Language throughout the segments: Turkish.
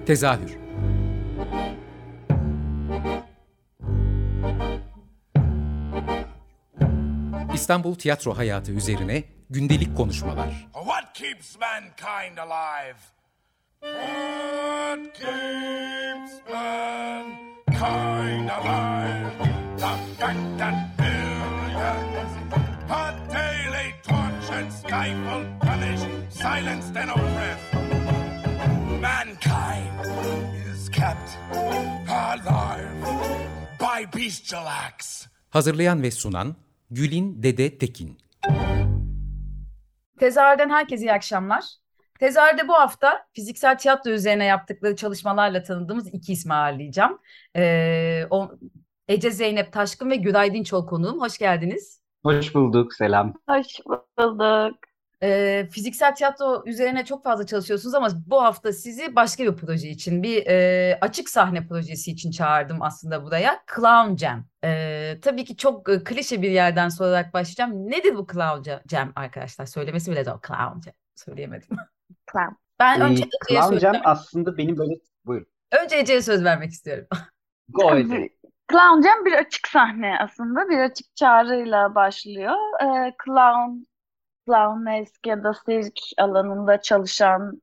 Tezahür. İstanbul tiyatro hayatı üzerine gündelik konuşmalar. What keeps mankind alive? What keeps mankind alive? The fact that billions are daily tortured, stifled, punished, silenced and oppressed. Mankind is kept alive by bestial acts. Hazırlayan ve sunan Gülin Dede Tekin. Tezahürden herkese iyi akşamlar. Tezahürde bu hafta fiziksel tiyatro üzerine yaptıkları çalışmalarla tanıdığımız iki ismi ağırlayacağım. Ece Zeynep Taşkın ve Güray Dinçol konuğum. Hoş geldiniz. Hoş bulduk, selam. Hoş bulduk. Fiziksel tiyatro üzerine çok fazla çalışıyorsunuz ama bu hafta sizi başka bir proje için, bir açık sahne projesi için çağırdım aslında buraya. Clown Jam. Tabii ki çok klişe bir yerden sorarak başlayacağım. Nedir bu Clown Jam arkadaşlar? Söylemesi bile zor. Clown Jam. Söyleyemedim. Clown. Ben önce Ece'ye Clown söz Jam vermek, aslında benim böyle... Buyurun. önce Ece'ye söz vermek istiyorum. Go ahead. Clown Jam bir açık sahne aslında. Bir açık çağrıyla başlıyor. Clownesk ya da sirk alanında çalışan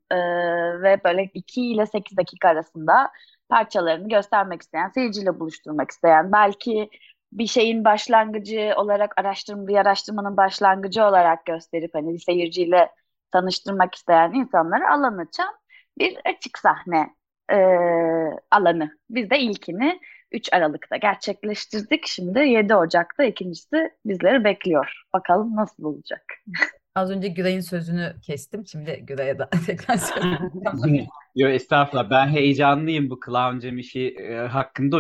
ve böyle 2 ile 8 dakika arasında parçalarını göstermek isteyen, seyirciyle buluşturmak isteyen, belki bir şeyin başlangıcı olarak bir araştırmanın başlangıcı olarak gösterip hani bir seyirciyle tanıştırmak isteyen insanlara alan açan bir açık sahne e, alanı. Biz de ilkini 3 Aralık'ta gerçekleştirdik. Şimdi 7 Ocak'ta ikincisi bizleri bekliyor. Bakalım nasıl olacak. Az önce Güray'ın sözünü kestim. Şimdi Güray'a da tekrar söyleyeceğim. Yo, estağfurullah, ben heyecanlıyım bu Clown Jam işi hakkında,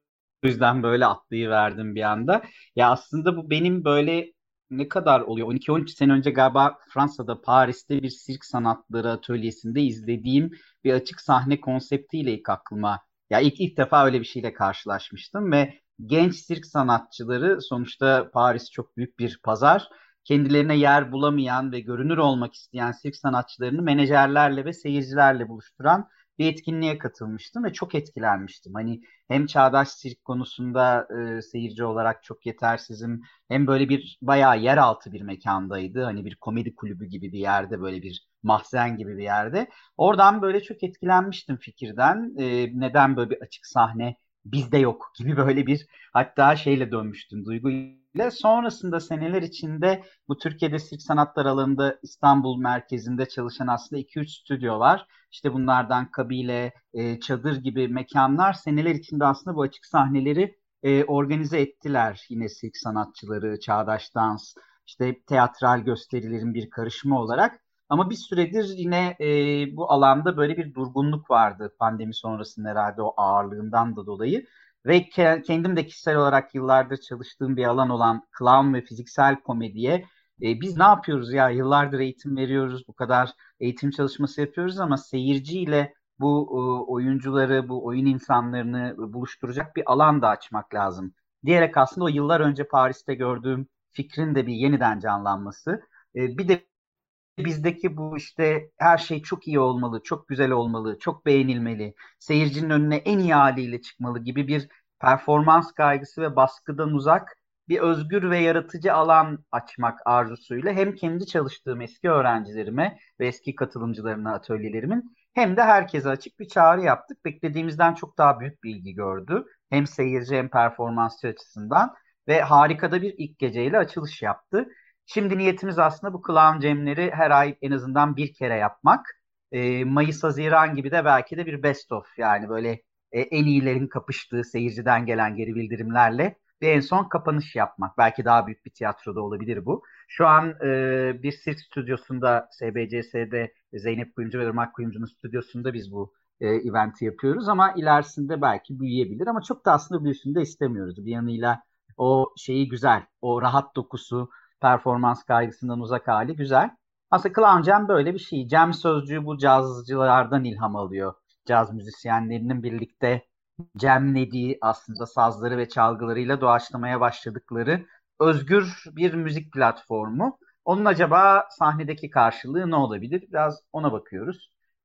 o yüzden böyle atlayıverdim bir anda. Ya aslında bu benim böyle ne kadar oluyor? 12-13 sene önce galiba Fransa'da, Paris'te bir sirk sanatları atölyesinde izlediğim bir açık sahne konseptiyle ilk aklıma, ya ilk defa öyle bir şeyle karşılaşmıştım ve genç sirk sanatçıları, sonuçta Paris çok büyük bir pazar, kendilerine yer bulamayan ve görünür olmak isteyen sirk sanatçılarını menajerlerle ve seyircilerle buluşturan bir etkinliğe katılmıştım ve çok etkilenmiştim. Hani hem çağdaş sirk konusunda seyirci olarak çok yetersizim, hem böyle bir bayağı yeraltı bir mekandaydı. Hani bir komedi kulübü gibi bir yerde, böyle bir mahzen gibi bir yerde. Oradan böyle çok etkilenmiştim fikirden. Neden böyle bir açık sahne bizde yok gibi böyle bir, hatta şeyle dönmüştüm, duyguyla. Sonrasında seneler içinde bu Türkiye'de sirk sanatlar alanında İstanbul merkezinde çalışan aslında 2-3 stüdyo var. İşte bunlardan Kabile, Çadır gibi mekanlar seneler içinde aslında bu açık sahneleri organize ettiler. Yine sirk sanatçıları, çağdaş dans, işte teatral gösterilerin bir karışımı olarak. Ama bir süredir yine bu alanda böyle bir durgunluk vardı pandemi sonrasında, herhalde o ağırlığından da dolayı. Ve kendim de kişisel olarak yıllardır çalıştığım bir alan olan clown ve fiziksel komediye biz ne yapıyoruz ya, yıllardır eğitim veriyoruz, bu kadar eğitim çalışması yapıyoruz ama seyirciyle bu oyuncuları, bu oyun insanlarını buluşturacak bir alan da açmak lazım diyerek aslında o yıllar önce Paris'te gördüğüm fikrin de bir yeniden canlanması. Bir de bizdeki bu işte her şey çok iyi olmalı, çok güzel olmalı, çok beğenilmeli, seyircinin önüne en iyi haliyle çıkmalı gibi bir performans kaygısı ve baskıdan uzak bir özgür ve yaratıcı alan açmak arzusuyla hem kendi çalıştığım eski öğrencilerime ve eski katılımcılarına atölyelerimin, hem de herkese açık bir çağrı yaptık. Beklediğimizden çok daha büyük bir ilgi gördü. Hem seyirci hem performansçı açısından ve harika da bir ilk geceyle açılış yaptı. Şimdi niyetimiz aslında bu Clown Jam'leri her ay en azından bir kere yapmak. Mayıs-Haziran gibi de belki de bir best of, yani böyle en iyilerin kapıştığı seyirciden gelen geri bildirimlerle ve en son kapanış yapmak. Belki daha büyük bir tiyatroda olabilir bu. Şu an bir sirk stüdyosunda, SBCS'de Zeynep Kuyumcu ve Irmak Kuyumcu'nun stüdyosunda biz bu eventi yapıyoruz ama ilerisinde belki büyüyebilir, ama çok da aslında büyüsün de istemiyoruz. Bir yanıyla o şeyi güzel, o rahat dokusu, performans kaygısından uzak hali güzel. Aslında Clown Jam böyle bir şey. Jam sözcüğü bu cazcılardan ilham alıyor. Caz müzisyenlerinin birlikte jamlediği, aslında sazları ve çalgılarıyla doğaçlamaya başladıkları özgür bir müzik platformu. Onun acaba sahnedeki karşılığı ne olabilir? Biraz ona bakıyoruz.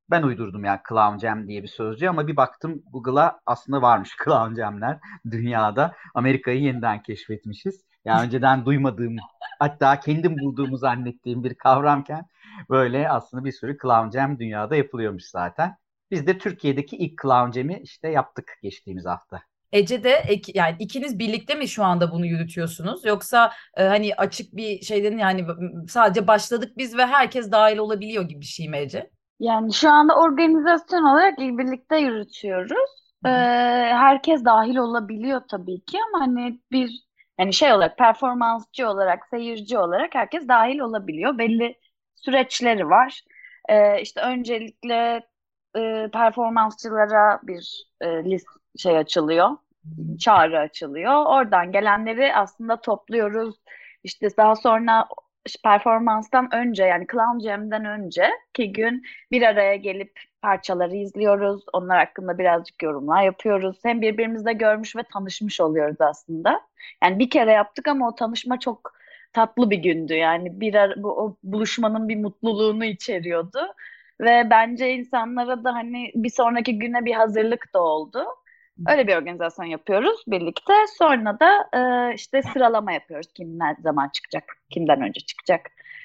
Ben uydurdum yani Clown Jam diye bir sözcüğü ama bir baktım Google'a aslında varmış Clown Jam'ler dünyada. Amerika'yı yeniden keşfetmişiz. Yani önceden duymadığım, hatta kendim bulduğumu zannettiğim bir kavramken böyle aslında bir sürü Clown Jam dünyada yapılıyormuş zaten. Biz de Türkiye'deki ilk Clown Jam'i işte yaptık geçtiğimiz hafta. Ece'de yani ikiniz birlikte mi şu anda bunu yürütüyorsunuz? Yoksa hani açık bir şeyden yani sadece başladık biz ve herkes dahil olabiliyor gibi bir şey mi Ece? Yani şu anda organizasyon olarak birlikte yürütüyoruz. Herkes dahil olabiliyor tabii ki ama hani bir yani şey olarak performansçı olarak, seyirci olarak herkes dahil olabiliyor. Belli süreçleri var. İşte öncelikle performansçılara bir şey açılıyor, çağrı açılıyor. Oradan gelenleri aslında topluyoruz. İşte daha sonra performanstan önce yani Clown Jam'den önceki gün bir araya gelip parçaları izliyoruz. Onlar hakkında birazcık yorumlar yapıyoruz. Hem birbirimizle görmüş ve tanışmış oluyoruz aslında. Yani bir kere yaptık ama o tanışma çok tatlı bir gündü. Yani o buluşmanın bir mutluluğunu içeriyordu. Ve bence insanlara da hani bir sonraki güne bir hazırlık da oldu. Öyle bir organizasyon yapıyoruz birlikte. Sonra da işte sıralama yapıyoruz. Kim ne zaman çıkacak, kimden önce çıkacak.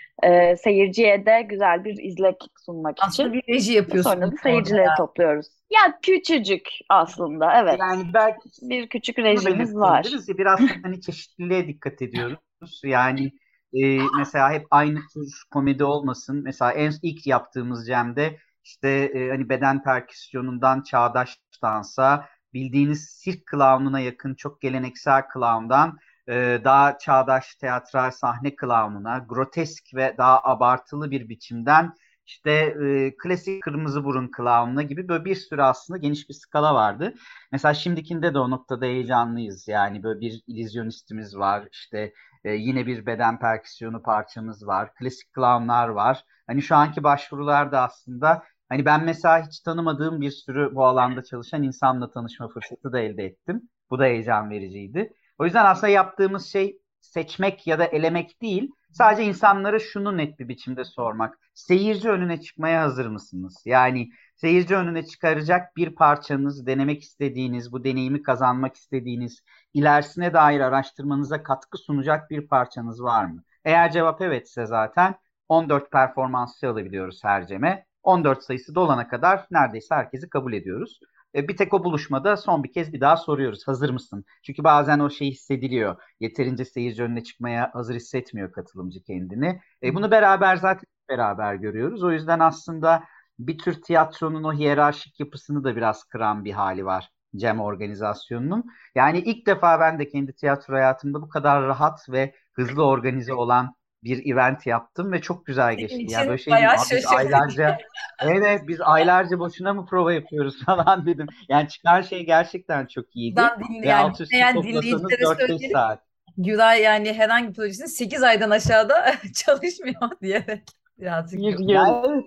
Seyirciye de güzel bir izlek sunmak Aslında için. bir reji Sonra yapıyorsunuz da orada. seyircileri topluyoruz. Ya küçücük aslında, evet. Yani belki Bir küçük şunu rejimiz var. belirtebiliriz ya biraz hani çeşitliliğe dikkat ediyoruz. Yani mesela hep aynı tür komedi olmasın. Mesela ilk yaptığımız Cem'de işte hani beden perküsyonundan çağdaş dansa bildiğiniz sirk clown'una yakın çok geleneksel clown'dan daha çağdaş teatral sahne clown'una grotesk ve daha abartılı bir biçimden işte klasik kırmızı burun clown'una gibi böyle bir sürü aslında geniş bir skala vardı. Mesela şimdikinde de o noktada heyecanlıyız. Yani böyle bir illüzyonistimiz var. İşte yine bir beden perküsyonu parçamız var. Klasik clownlar var. Hani şu anki başvurularda aslında hani ben mesela hiç tanımadığım bir sürü bu alanda çalışan insanla tanışma fırsatı da elde ettim. Bu da heyecan vericiydi. O yüzden aslında yaptığımız şey seçmek ya da elemek değil. Sadece insanlara şunu net bir biçimde sormak. Seyirci önüne çıkmaya hazır mısınız? Yani seyirci önüne çıkaracak bir parçanız, denemek istediğiniz, bu deneyimi kazanmak istediğiniz, ilerisine dair araştırmanıza katkı sunacak bir parçanız var mı? Eğer cevap evetse zaten 14 performansçı alabiliyoruz her ceme. 14 sayısı dolana kadar neredeyse herkesi kabul ediyoruz. Bir tek o buluşmada son bir kez bir daha soruyoruz. Hazır mısın? Çünkü bazen o şey hissediliyor. Yeterince seyirci önüne çıkmaya hazır hissetmiyor katılımcı kendini. Bunu beraber zaten beraber görüyoruz. O yüzden aslında bir tür tiyatronun o hiyerarşik yapısını da biraz kıran bir hali var Cem organizasyonunun. Yani ilk defa ben de kendi tiyatro hayatımda bu kadar rahat ve hızlı organize olan bir event yaptım ve çok güzel Senin geçti. Yani için böyle şey değil, bayağı "Abi biz şaşırtıcı. aylarca evet biz aylarca boşuna mı prova yapıyoruz falan dedim. Yani çıkan şey gerçekten çok iyiydi ve Yani alt üstü dinleyen toplasanız dinleyicilere 4-5 söyleyelim. saat. Güray yani herhangi bir projesinin 8 aydan aşağıda çalışmıyor diyerek birazcık Bir Ya yıl. evet,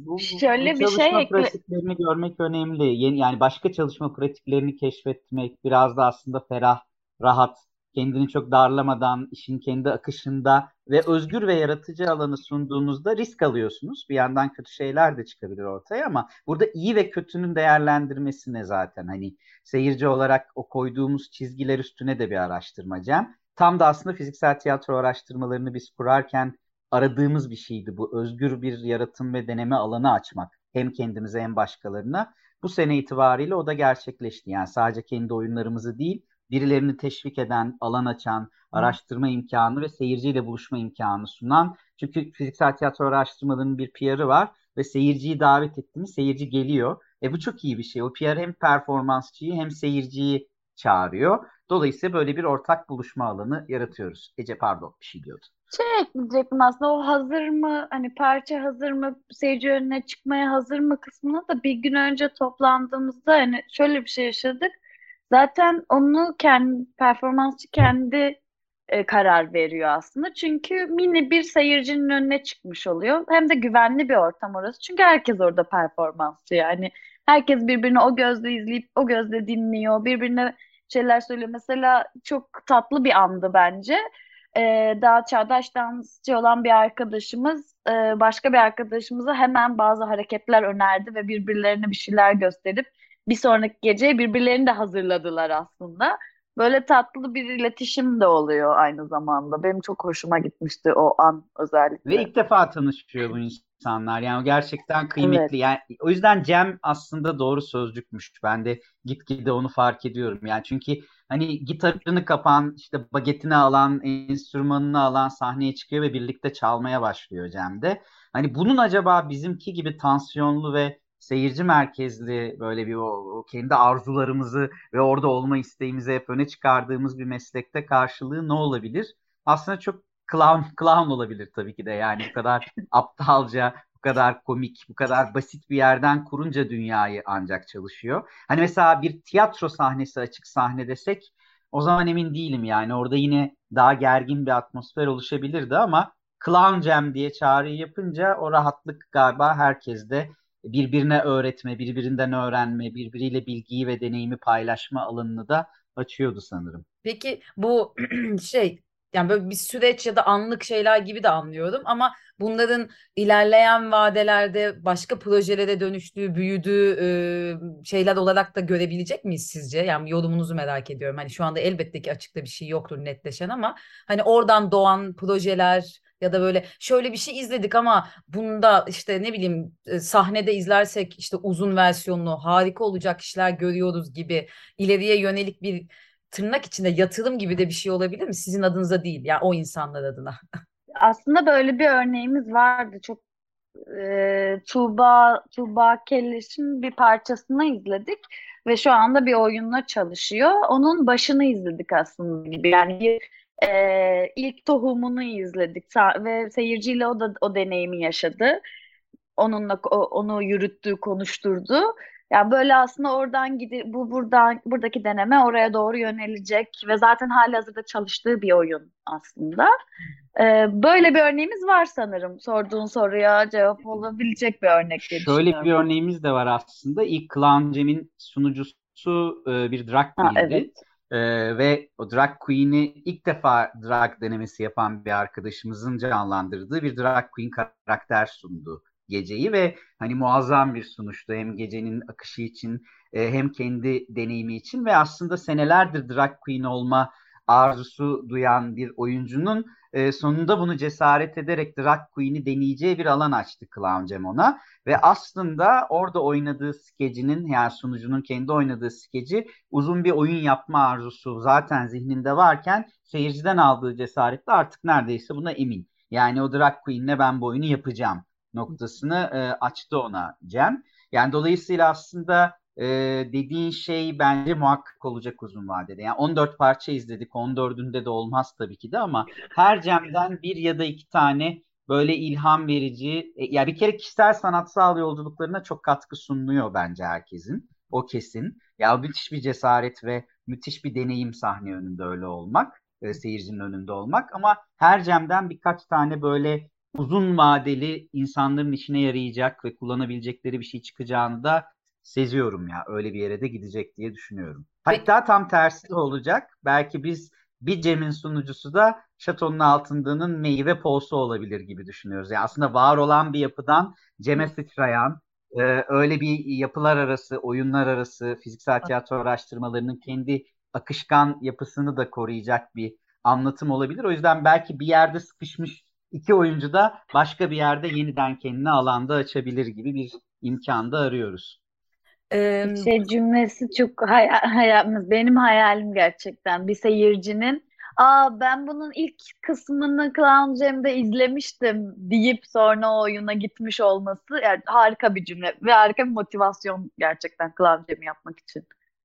bu Şöyle bir şey çalışma pratiklerini görmek önemli. Yani başka çalışma pratiklerini keşfetmek, biraz da aslında ferah, rahat, kendini çok darlamadan, işin kendi akışında ve özgür ve yaratıcı alanı sunduğunuzda risk alıyorsunuz. Bir yandan kötü şeyler de çıkabilir ortaya ama burada iyi ve kötünün değerlendirmesi ne zaten? Hani seyirci olarak o koyduğumuz çizgiler üstüne de bir araştırmacam. Tam da aslında fiziksel tiyatro araştırmalarını biz kurarken aradığımız bir şeydi bu. Özgür bir yaratım ve deneme alanı açmak. Hem kendimize hem başkalarına. Bu sene itibariyle o da gerçekleşti. Yani sadece kendi oyunlarımızı değil, birilerini teşvik eden, alan açan, araştırma imkanı ve seyirciyle buluşma imkanı sunan. Çünkü fiziksel tiyatro araştırmalarının bir PR'ı var ve seyirciyi davet ettiğimiz seyirci geliyor. Bu çok iyi bir şey. O PR hem performansçıyı hem seyirciyi çağırıyor. Dolayısıyla böyle bir ortak buluşma alanı yaratıyoruz. Ece pardon bir şey diyordu. şey ekleyecektim aslında o hazır mı hani parça hazır mı seyirci önüne çıkmaya hazır mı kısmına da bir gün önce toplandığımızda hani şöyle bir şey yaşadık. Zaten onu kendi performansçı kendi karar veriyor aslında. Çünkü mini bir seyircinin önüne çıkmış oluyor. Hem de güvenli bir ortam orası. Çünkü herkes orada performansçı yani. Herkes birbirini o gözle izleyip o gözle dinliyor. Birbirine şeyler söylüyor. Mesela çok tatlı bir andı bence. daha çağdaş dansçı olan bir arkadaşımız başka bir arkadaşımıza hemen bazı hareketler önerdi ve birbirlerine bir şeyler gösterip bir sonraki geceye birbirlerini de hazırladılar aslında. Böyle tatlı bir iletişim de oluyor aynı zamanda. Benim çok hoşuma gitmişti o an Ve özellikle. ilk defa tanışıyor bu insanlar. Yani o gerçekten Evet. kıymetli. Yani o yüzden Cem aslında doğru sözcükmüş. Ben de gitgide onu fark ediyorum. Yani çünkü hani gitarını kapan, işte bagetini alan, enstrümanını alan sahneye çıkıyor ve birlikte çalmaya başlıyor Cem de. Hani bunun acaba bizimki gibi tansiyonlu ve seyirci merkezli böyle bir o kendi arzularımızı ve orada olma isteğimizi hep öne çıkardığımız bir meslekte karşılığı ne olabilir? Aslında çok clown olabilir tabii ki de. Yani bu kadar aptalca, bu kadar komik, bu kadar basit bir yerden kurunca dünyayı ancak çalışıyor. Hani mesela bir tiyatro sahnesi, açık sahne desek o zaman emin değilim yani. Orada yine daha gergin bir atmosfer oluşabilirdi ama Clown Jam diye çağrıyı yapınca o rahatlık galiba herkeste, birbirine öğretme, birbirinden öğrenme, birbiriyle bilgiyi ve deneyimi paylaşma alanını da açıyordu sanırım. Peki bu şey, yani böyle bir süreç ya da anlık şeyler gibi de anlıyorum ama bunların ilerleyen vadelerde başka projelere dönüştüğü, büyüdüğü şeyler olarak da görebilecek miyiz sizce? Yani yorumunuzu merak ediyorum. Hani şu anda elbette ki açıkta bir şey yoktur netleşen ama hani oradan doğan projeler ya da böyle şöyle bir şey izledik ama bunda işte ne bileyim sahnede izlersek işte uzun versiyonlu harika olacak işler görüyoruz gibi ileriye yönelik bir tırnak içinde yatırım gibi de bir şey olabilir mi? Sizin adınıza değil, yani o insanlar adına. Aslında böyle bir örneğimiz vardı. Çok Tuğba Kelleş'in bir parçasını izledik ve şu anda bir oyunla çalışıyor. Onun başını izledik aslında gibi. Yani ilk tohumunu izledik ve seyirciyle o da o deneyimi yaşadı. Onunla onu yürüttü, konuşturdu. Yani böyle aslında oradan buradaki deneme oraya doğru yönelecek ve zaten halihazırda çalıştığı bir oyun aslında. Böyle bir örneğimiz var sanırım. Sorduğun soruya cevap olabilecek bir örnek diye Şöyle bir düşünüyorum. örneğimiz de var aslında. İlk Clown Jam'in sunucusu bir drag Ha, queen'di. evet. Ve o drag queen'i ilk defa drag denemesi yapan bir arkadaşımızın canlandırdığı bir drag queen karakter sundu geceyi ve hani muazzam bir sunuştu. Hem gecenin akışı için hem kendi deneyimi için ve aslında senelerdir drag queen olma arzusu duyan bir oyuncunun sonunda bunu cesaret ederek drag queen'i deneyeceği bir alan açtı Clown Jam ona. Ve aslında orada oynadığı skecinin, yani sunucunun kendi oynadığı skeci, uzun bir oyun yapma arzusu zaten zihninde varken seyirciden aldığı cesaretle artık neredeyse buna emin. Yani o drag queen'le ben bu oyunu yapacağım noktasını açtı ona Cem. Yani dolayısıyla aslında dediğin şey bence muhakkak olacak uzun vadede. Yani 14 parça izledik. 14'ünde de olmaz tabii ki de ama her Cem'den bir ya da iki tane böyle ilham verici, ya bir kere kişisel sanatsal yolculuklarına çok katkı sunuyor bence herkesin. O kesin. Ya müthiş bir cesaret ve müthiş bir deneyim sahne önünde öyle olmak, seyircinin önünde olmak ama her Cem'den birkaç tane böyle uzun vadeli insanların işine yarayacak ve kullanabilecekleri bir şey çıkacağını da seziyorum ya. Öyle bir yere de gidecek diye düşünüyorum. Peki, Hatta tam tersi de olacak. Belki biz bir Cem'in sunucusu da Şatonun Altında'nın meyve poğusu olabilir gibi düşünüyoruz. Yani aslında var olan bir yapıdan Cem'e sıçrayan, öyle bir yapılar arası, oyunlar arası, fiziksel tiyatro araştırmalarının kendi akışkan yapısını da koruyacak bir anlatım olabilir. O yüzden belki bir yerde sıkışmış iki oyuncu da başka bir yerde yeniden kendini alanda açabilir gibi bir imkan da arıyoruz. e, Şey cümlesi çok benim hayalim gerçekten bir seyircinin ben bunun ilk kısmını Clown Jam'de izlemiştim deyip sonra o oyuna gitmiş olması yani harika bir cümle ve harika bir motivasyon gerçekten Clown Jam'i yapmak için.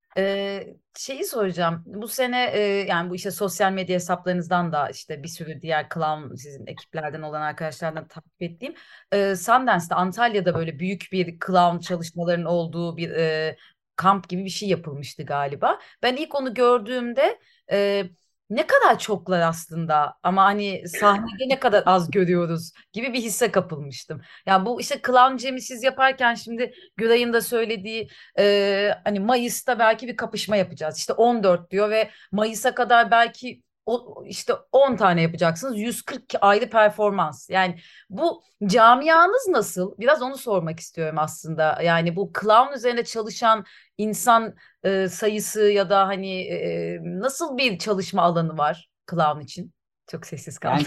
şeyi soracağım. Bu sene yani bu işte sosyal medya hesaplarınızdan da işte bir sürü diğer clown sizin ekiplerden olan arkadaşlardan takip ettiğim Sundance'da Antalya'da böyle büyük bir clown çalışmalarının olduğu bir kamp gibi bir şey yapılmıştı galiba. Ben ilk onu gördüğümde e, ne kadar çoklar aslında ama hani sahnede ne kadar az görüyoruz gibi bir hisse kapılmıştım. Yani bu işte Clown Jam'i siz yaparken şimdi Güray'ın da söylediği hani Mayıs'ta belki bir kapışma yapacağız. İşte 14 diyor ve Mayıs'a kadar belki işte 10 tane yapacaksınız. 140 ayrı performans. Yani bu camianız nasıl? Biraz onu sormak istiyorum aslında. Yani bu clown üzerine çalışan insan sayısı ya da hani nasıl bir çalışma alanı var clown için? Çok sessiz kaldım. Yani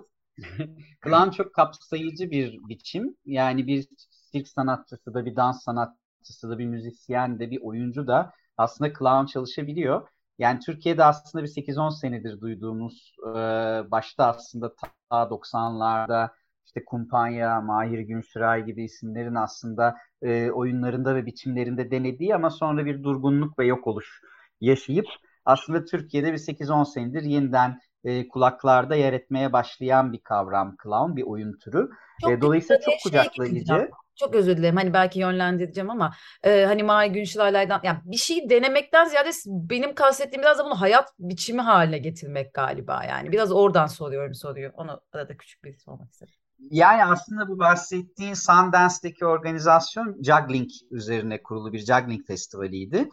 clown çok kapsayıcı bir biçim. Yani bir sirk sanatçısı da, bir dans sanatçısı da, bir müzisyen de, bir oyuncu da aslında clown çalışabiliyor. Yani Türkiye'de aslında bir 8-10 senedir duyduğumuz, başta aslında ta 90'larda işte Kumpanya, Mahir Gümşüray gibi isimlerin aslında oyunlarında ve biçimlerinde denediği ama sonra bir durgunluk ve yok oluş yaşayıp aslında Türkiye'de bir 8-10 senedir yeniden kulaklarda yer etmeye başlayan bir kavram clown, bir oyun türü. Çok Dolayısıyla güzel çok şey diyeceğim. kucaklayıcı. Çok özür dilerim. Hani belki yönlendireceğim ama hani Mahir Günşilay'dan yani bir şey denemekten ziyade benim kastettiğim biraz da bunu hayat biçimi haline getirmek galiba. Yani biraz oradan soruyorum soruyu. Onu arada küçük bir sormak istedim. Yani aslında bu bahsettiğin Sundance'deki organizasyon juggling üzerine kurulu bir juggling festivaliydi.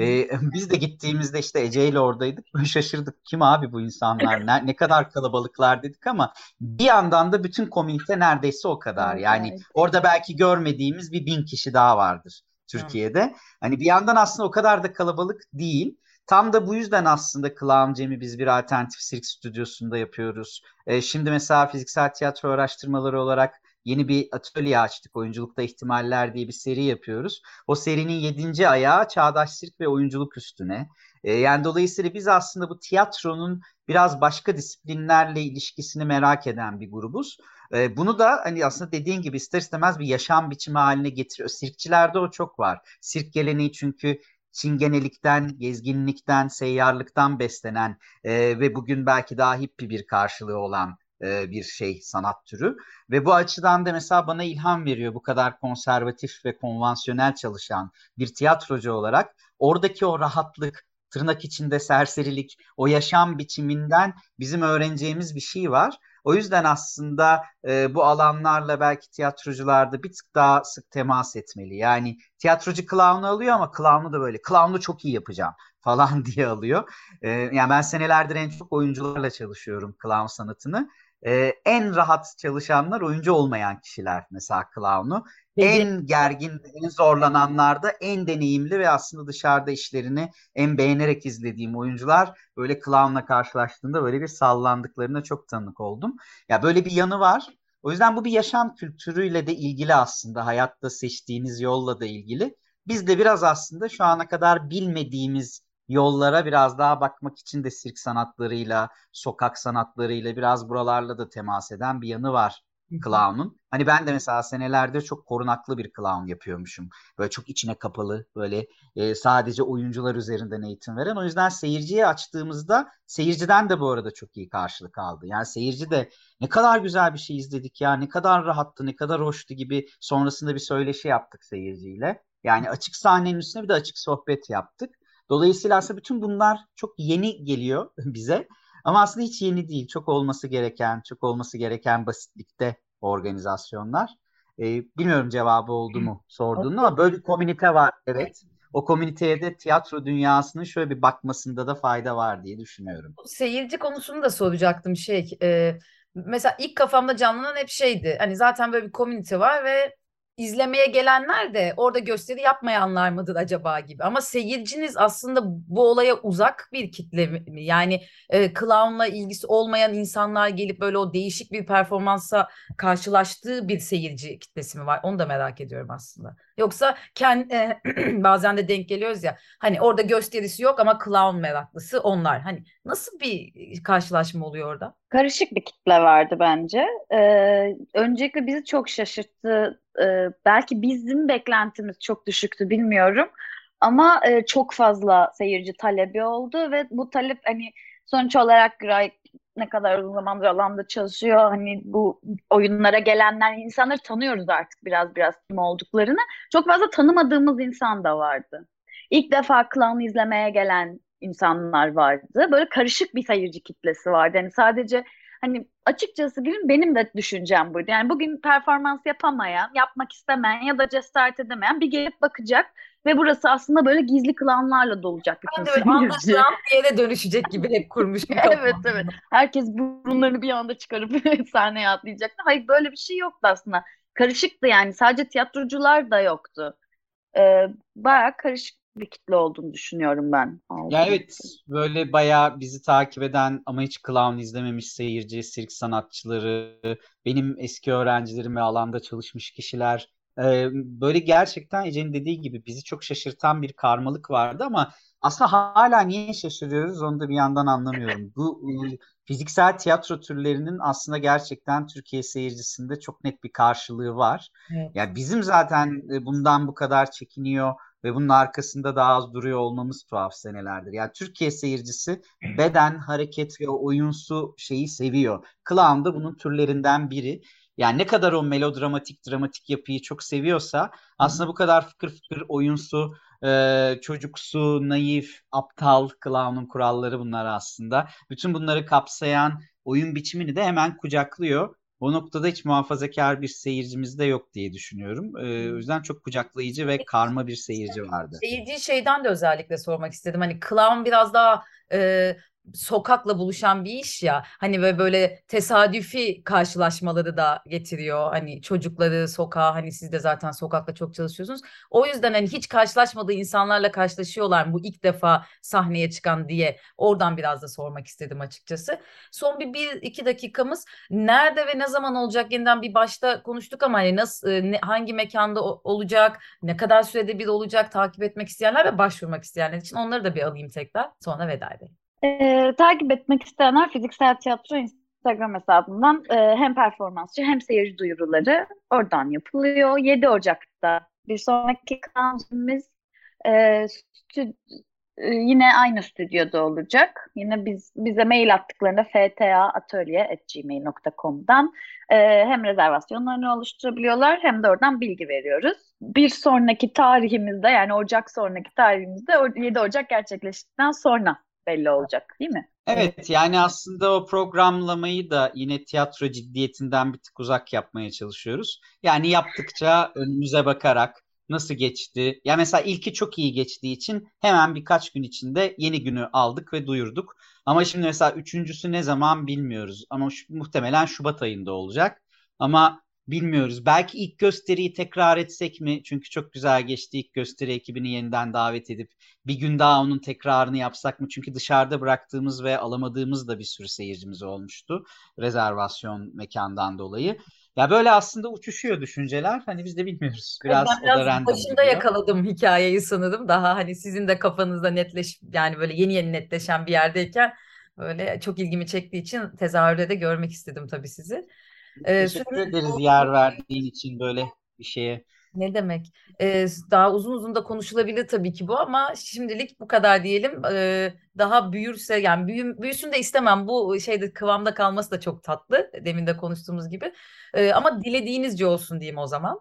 Biz de gittiğimizde işte Ece ile oradaydık. Böyle şaşırdık. Kim abi bu insanlar? Ne kadar kalabalıklar dedik ama bir yandan da bütün komünite neredeyse o kadar. Yani Evet. orada belki görmediğimiz bir 1.000 kişi daha vardır Hı. Türkiye'de. Hani bir yandan aslında o kadar da kalabalık değil. Tam da bu yüzden aslında Clown Jam'i biz bir alternatif sirk stüdyosunda yapıyoruz. Şimdi mesela fiziksel tiyatro araştırmaları olarak yeni bir atölye açtık. Oyunculukta ihtimaller diye bir seri yapıyoruz. O serinin 7. ayağı çağdaş sirk ve oyunculuk üstüne. Yani dolayısıyla biz aslında bu tiyatronun biraz başka disiplinlerle ilişkisini merak eden bir grubuz. Bunu da hani aslında dediğin gibi ister istemez bir yaşam biçimi haline getiriyor. Sirkçilerde o çok var. Sirk geleneği çünkü çingenelikten, gezginlikten, seyyarlıktan beslenen ve bugün belki daha hippi bir karşılığı olan bir şey, sanat türü. Ve bu açıdan da mesela bana ilham veriyor bu kadar konservatif ve konvansiyonel çalışan bir tiyatrocu olarak. Oradaki o rahatlık, tırnak içinde serserilik, o yaşam biçiminden bizim öğreneceğimiz bir şey var. O yüzden aslında bu alanlarla belki tiyatrocular da bir tık daha sık temas etmeli. Yani tiyatrocu clown'u alıyor ama clown'u da böyle, clown'u çok iyi yapacağım falan diye alıyor. Yani ben senelerdir en çok oyuncularla çalışıyorum clown sanatını. En rahat çalışanlar oyuncu olmayan kişiler mesela clown'u. Peki. En gergin, en zorlananlar da en deneyimli ve aslında dışarıda işlerini en beğenerek izlediğim oyuncular böyle clown'la karşılaştığında böyle bir sallandıklarına çok tanık oldum. Ya böyle bir yanı var. O yüzden bu bir yaşam kültürüyle de ilgili aslında hayatta seçtiğiniz yolla da ilgili. Biz de biraz aslında şu ana kadar bilmediğimiz yollara biraz daha bakmak için de sirk sanatlarıyla, sokak sanatlarıyla biraz buralarla da temas eden bir yanı var clown'un. Hani ben de mesela senelerdir çok korunaklı bir clown yapıyormuşum. Böyle çok içine kapalı, böyle sadece oyuncular üzerinden eğitim veren. O yüzden seyirciye açtığımızda seyirciden de bu arada çok iyi karşılık aldı. Yani seyirci de ne kadar güzel bir şey izledik ya, ne kadar rahattı, ne kadar hoştu gibi sonrasında bir söyleşi yaptık seyirciyle. Yani açık sahnenin üstüne bir de açık sohbet yaptık. Dolayısıyla aslında bütün bunlar çok yeni geliyor bize. Ama aslında hiç yeni değil. Çok olması gereken basitlikte organizasyonlar. Bilmiyorum cevabı oldu mu sorduğun ama böyle bir komünite var. Evet. O komüniteye de tiyatro dünyasının şöyle bir bakmasında da fayda var diye düşünüyorum. Seyirci konusunu da soracaktım mesela ilk kafamda canlanan hep şeydi hani zaten böyle bir komünite var ve izlemeye gelenler de orada gösteri yapmayanlar mıdır acaba gibi ama seyirciniz aslında bu olaya uzak bir kitle mi? Yani clown'la ilgisi olmayan insanlar gelip böyle o değişik bir performansa karşılaştığı bir seyirci kitlesi mi var onu da merak ediyorum aslında yoksa bazen de denk geliyoruz ya hani orada gösterisi yok ama clown meraklısı onlar. Hani nasıl bir karşılaşma oluyor orada? Karışık bir kitle vardı bence. Öncelikle bizi çok şaşırttı. Belki bizim beklentimiz çok düşüktü bilmiyorum. Ama çok fazla seyirci talebi oldu ve bu talep hani sonuç olarak Güray ne kadar uzun zamandır alanda çalışıyor. Hani bu oyunlara gelenler insanları tanıyoruz artık biraz kim olduklarını. Çok fazla tanımadığımız insan da vardı. İlk defa Clown izlemeye gelen insanlar vardı. Böyle karışık bir seyirci kitlesi vardı. Yani sadece hani açıkçası gülüm benim de düşüncem buydu. Yani bugün performans yapamayan, yapmak istemeyen ya da cesaret edemeyen bir gelip bakacak ve burası aslında böyle gizli klanlarla dolacak Ben bütün de böyle seyirci. anlaşılan bir yere dönüşecek gibi hep kurmuşum Evet, kafamda. evet. Herkes burunlarını bir anda çıkarıp sahneye atlayacaktı. Hayır, böyle bir şey yoktu aslında. Karışıktı yani. Sadece tiyatrocular da yoktu. Bayağı karışık bir kitle olduğunu düşünüyorum ben. Ya Aldım. evet, böyle bayağı bizi takip eden ama hiç clown izlememiş seyirci, sirk sanatçıları, benim eski öğrencilerim ve alanda çalışmış kişiler. Böyle gerçekten Ece'nin dediği gibi bizi çok şaşırtan bir karmalık vardı ama aslında hala niye şaşırıyoruz onu da bir yandan anlamıyorum. Bu fiziksel tiyatro türlerinin aslında gerçekten Türkiye seyircisinde çok net bir karşılığı var. Evet. Ya bizim zaten bundan bu kadar çekiniyor ve bunun arkasında daha az duruyor olmamız tuhaf senelerdir. Yani Türkiye seyircisi beden, hareket ve o oyunsu şeyi seviyor. Clown da bunun türlerinden biri. Yani ne kadar o melodramatik, dramatik yapıyı çok seviyorsa aslında bu kadar fıkır fıkır oyunsu, çocuksu, naif, aptal clown'un kuralları bunlar aslında. Bütün bunları kapsayan oyun biçimini de hemen kucaklıyor. O noktada hiç muhafazakar bir seyircimiz de yok diye düşünüyorum. O yüzden çok kucaklayıcı ve karma bir seyirci vardı. Seyirci şeyden de özellikle sormak istedim. Hani clown biraz daha e, sokakla buluşan bir iş ya. Hani böyle tesadüfi karşılaşmaları da getiriyor. Hani çocukları sokağa, hani siz de zaten sokakla çok çalışıyorsunuz. O yüzden hani hiç karşılaşmadığı insanlarla karşılaşıyorlar mı bu ilk defa sahneye çıkan diye oradan biraz da sormak istedim açıkçası. Son bir iki dakikamız, nerede ve ne zaman olacak, yeniden bir başta konuştuk ama hani nasıl, hangi mekanda olacak, ne kadar sürede bir olacak, takip etmek isteyenler ve başvurmak isteyenler için onları da bir alayım tekrar. Sonra veda edelim. Takip etmek isteyenler Fiziksel Tiyatro Instagram hesabından hem performansçı hem seyirci duyuruları oradan yapılıyor. 7 Ocak'ta bir sonraki konserimiz e, stü- yine aynı stüdyoda olacak. Yine bize mail attıklarında ftaatölye@gmail.com'dan hem rezervasyonlarını oluşturabiliyorlar hem de oradan bilgi veriyoruz. Bir sonraki tarihimizde, yani Ocak sonraki tarihimizde 7 Ocak gerçekleştikten sonra belli olacak, değil mi? Evet, yani aslında o programlamayı da yine tiyatro ciddiyetinden bir tık uzak yapmaya çalışıyoruz. Yani yaptıkça önümüze bakarak nasıl geçti? Ya mesela ilki çok iyi geçtiği için hemen birkaç gün içinde yeni günü aldık ve duyurduk. Ama şimdi mesela üçüncüsü ne zaman bilmiyoruz. Ama muhtemelen Şubat ayında olacak. Ama bilmiyoruz. Belki ilk gösteriyi tekrar etsek mi? Çünkü çok güzel geçti, ilk gösteri ekibini yeniden davet edip bir gün daha onun tekrarını yapsak mı? Çünkü dışarıda bıraktığımız ve alamadığımız da bir sürü seyircimiz olmuştu rezervasyon mekandan dolayı. Ya böyle aslında uçuşuyor düşünceler. Hani biz de bilmiyoruz. Evet, Biraz ben o da biraz random başında gidiyor. yakaladım hikayeyi sanırım. Daha hani sizin de kafanızda yani böyle yeni yeni netleşen bir yerdeyken böyle çok ilgimi çektiği için tezahürde de görmek istedim tabii sizi. Teşekkür Süremiz ederiz yer doldu. verdiğin için böyle bir şeye. Ne demek? Daha uzun uzun da konuşulabilir tabii ki bu, ama şimdilik bu kadar diyelim. Daha büyürse, yani büyüsün de istemem. Bu şeyde kıvamda kalması da çok tatlı. Demin de konuştuğumuz gibi. Ama dilediğinizce olsun diyeyim o zaman.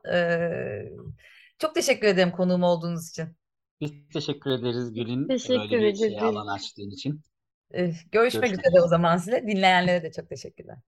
Çok teşekkür ederim konuğum olduğunuz için. Biz teşekkür ederiz Gül'ün böyle Teşekkür bir şeye ederiz. alan açtığın için. Görüşmek üzere o Görüşürüz. zaman size. Dinleyenlere de çok teşekkürler.